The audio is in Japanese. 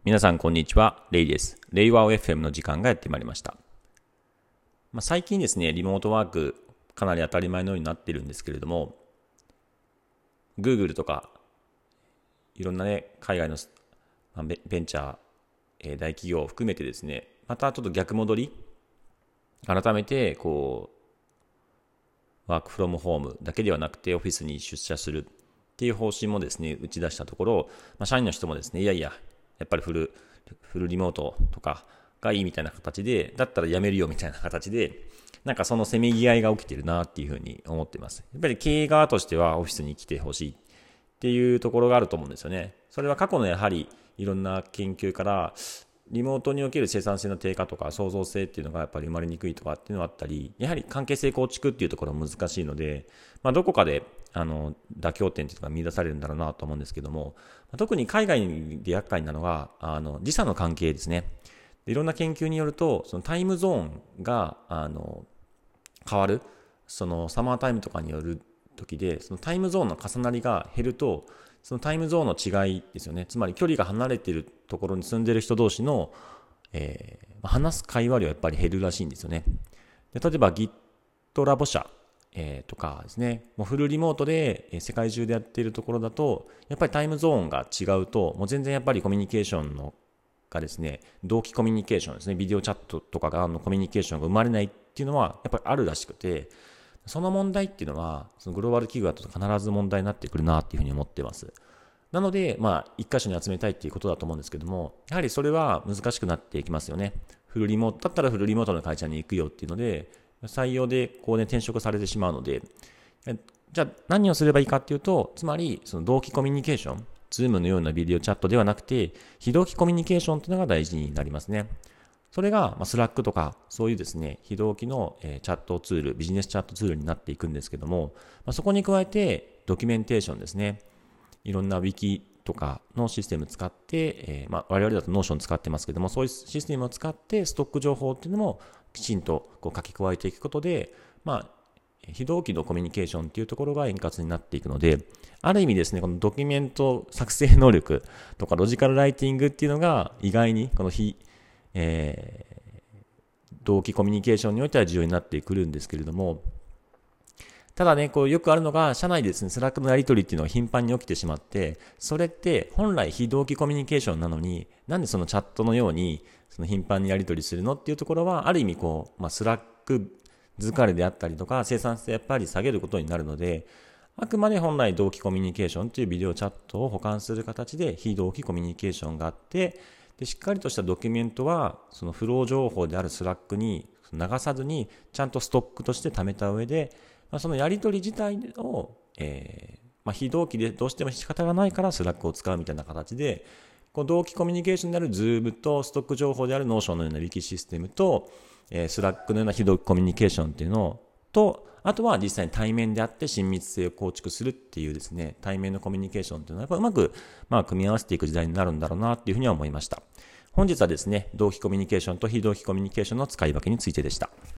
皆さんこんにちは、レイです。レイワオ FM の時間がやってまいりました。最近ですね、リモートワークかなり当たり前のようになっているんですけれども、Google とかいろんなね、海外のベンチャー、大企業を含めてですね、またちょっと逆戻り、改めてワークフロムホームだけではなくてオフィスに出社するっていう方針もですね、打ち出したところ、社員の人もですね、やっぱりフルリモートとかがいいみたいな形で、だったらやめるよみたいな形で、なんかそのせめぎ合いが起きてるなっていうふうに思っています。やっぱり経営側としてはオフィスに来てほしいっていうところがあると思うんですよね。それは過去のやはりいろんな研究から、リモートにおける生産性の低下とか創造性っていうのがやっぱり生まれにくいとかっていうのがあったり、やはり関係性構築っていうところは難しいので、どこかで妥協点っていうのが見出されるんだろうなと思うんですけども、特に海外で厄介なのが時差の関係ですね。いろんな研究によると、そのタイムゾーンが変わる、そのサマータイムとかによる時で、そのタイムゾーンの重なりが減ると、そのタイムゾーンの違いですよね。つまり距離が離れているところに住んでいる人同士の、話す会話量はやっぱり減るらしいんですよね。で、例えば GitLab 社、とかですね、もうフルリモートで世界中でやっているところだと、やっぱりタイムゾーンが違うと、もう全然やっぱりコミュニケーションのがですね、同期コミュニケーションですね、ビデオチャットとかのコミュニケーションが生まれないっていうのはやっぱりあるらしくて、その問題っていうのはそのグローバル企業だと必ず問題になってくるなっていうふうに思っています。なので、一箇所に集めたいっていうことだと思うんですけども、やはりそれは難しくなっていきますよね。フルリモートだったらフルリモートの会社に行くよっていうので、採用で転職されてしまうので、じゃあ何をすればいいかっていうと、つまりその同期コミュニケーション、Zoom のようなビデオチャットではなくて、非同期コミュニケーションというのが大事になりますね。それがスラックとかそういうですね、非同期のチャットツール、ビジネスチャットツールになっていくんですけども、そこに加えてドキュメンテーションですね。いろんなウィキとかのシステムを使って、我々だと Notion 使ってますけども、そういうシステムを使ってストック情報っていうのもきちんと書き加えていくことで、非同期のコミュニケーションっていうところが円滑になっていくので、ある意味ですね、このドキュメント作成能力とかロジカルライティングっていうのが意外にこの同期コミュニケーションにおいては重要になってくるんですけれども、ただね、よくあるのが、社内でですね、スラックのやり取りっていうのが頻繁に起きてしまって、それって本来非同期コミュニケーションなのに、なんでそのチャットのように、その頻繁にやり取りするのっていうところは、ある意味スラック疲れであったりとか、生産性やっぱり下げることになるので、あくまで本来同期コミュニケーションというビデオチャットを補完する形で非同期コミュニケーションがあって、でしっかりとしたドキュメントは、そのフロー情報であるスラックに流さずに、ちゃんとストックとして貯めた上で、そのやり取り自体を、非同期でどうしても仕方がないからスラックを使うみたいな形で、同期コミュニケーションである Zoom とストック情報である Notion のようなウィキシステムと、スラックのような非同期コミュニケーションっていうのと、あとは実際に対面であって親密性を構築するっていうですね、対面のコミュニケーションっていうのはやっぱうまく、組み合わせていく時代になるんだろうなっていうふうには思いました。本日はですね、同期コミュニケーションと非同期コミュニケーションの使い分けについてでした。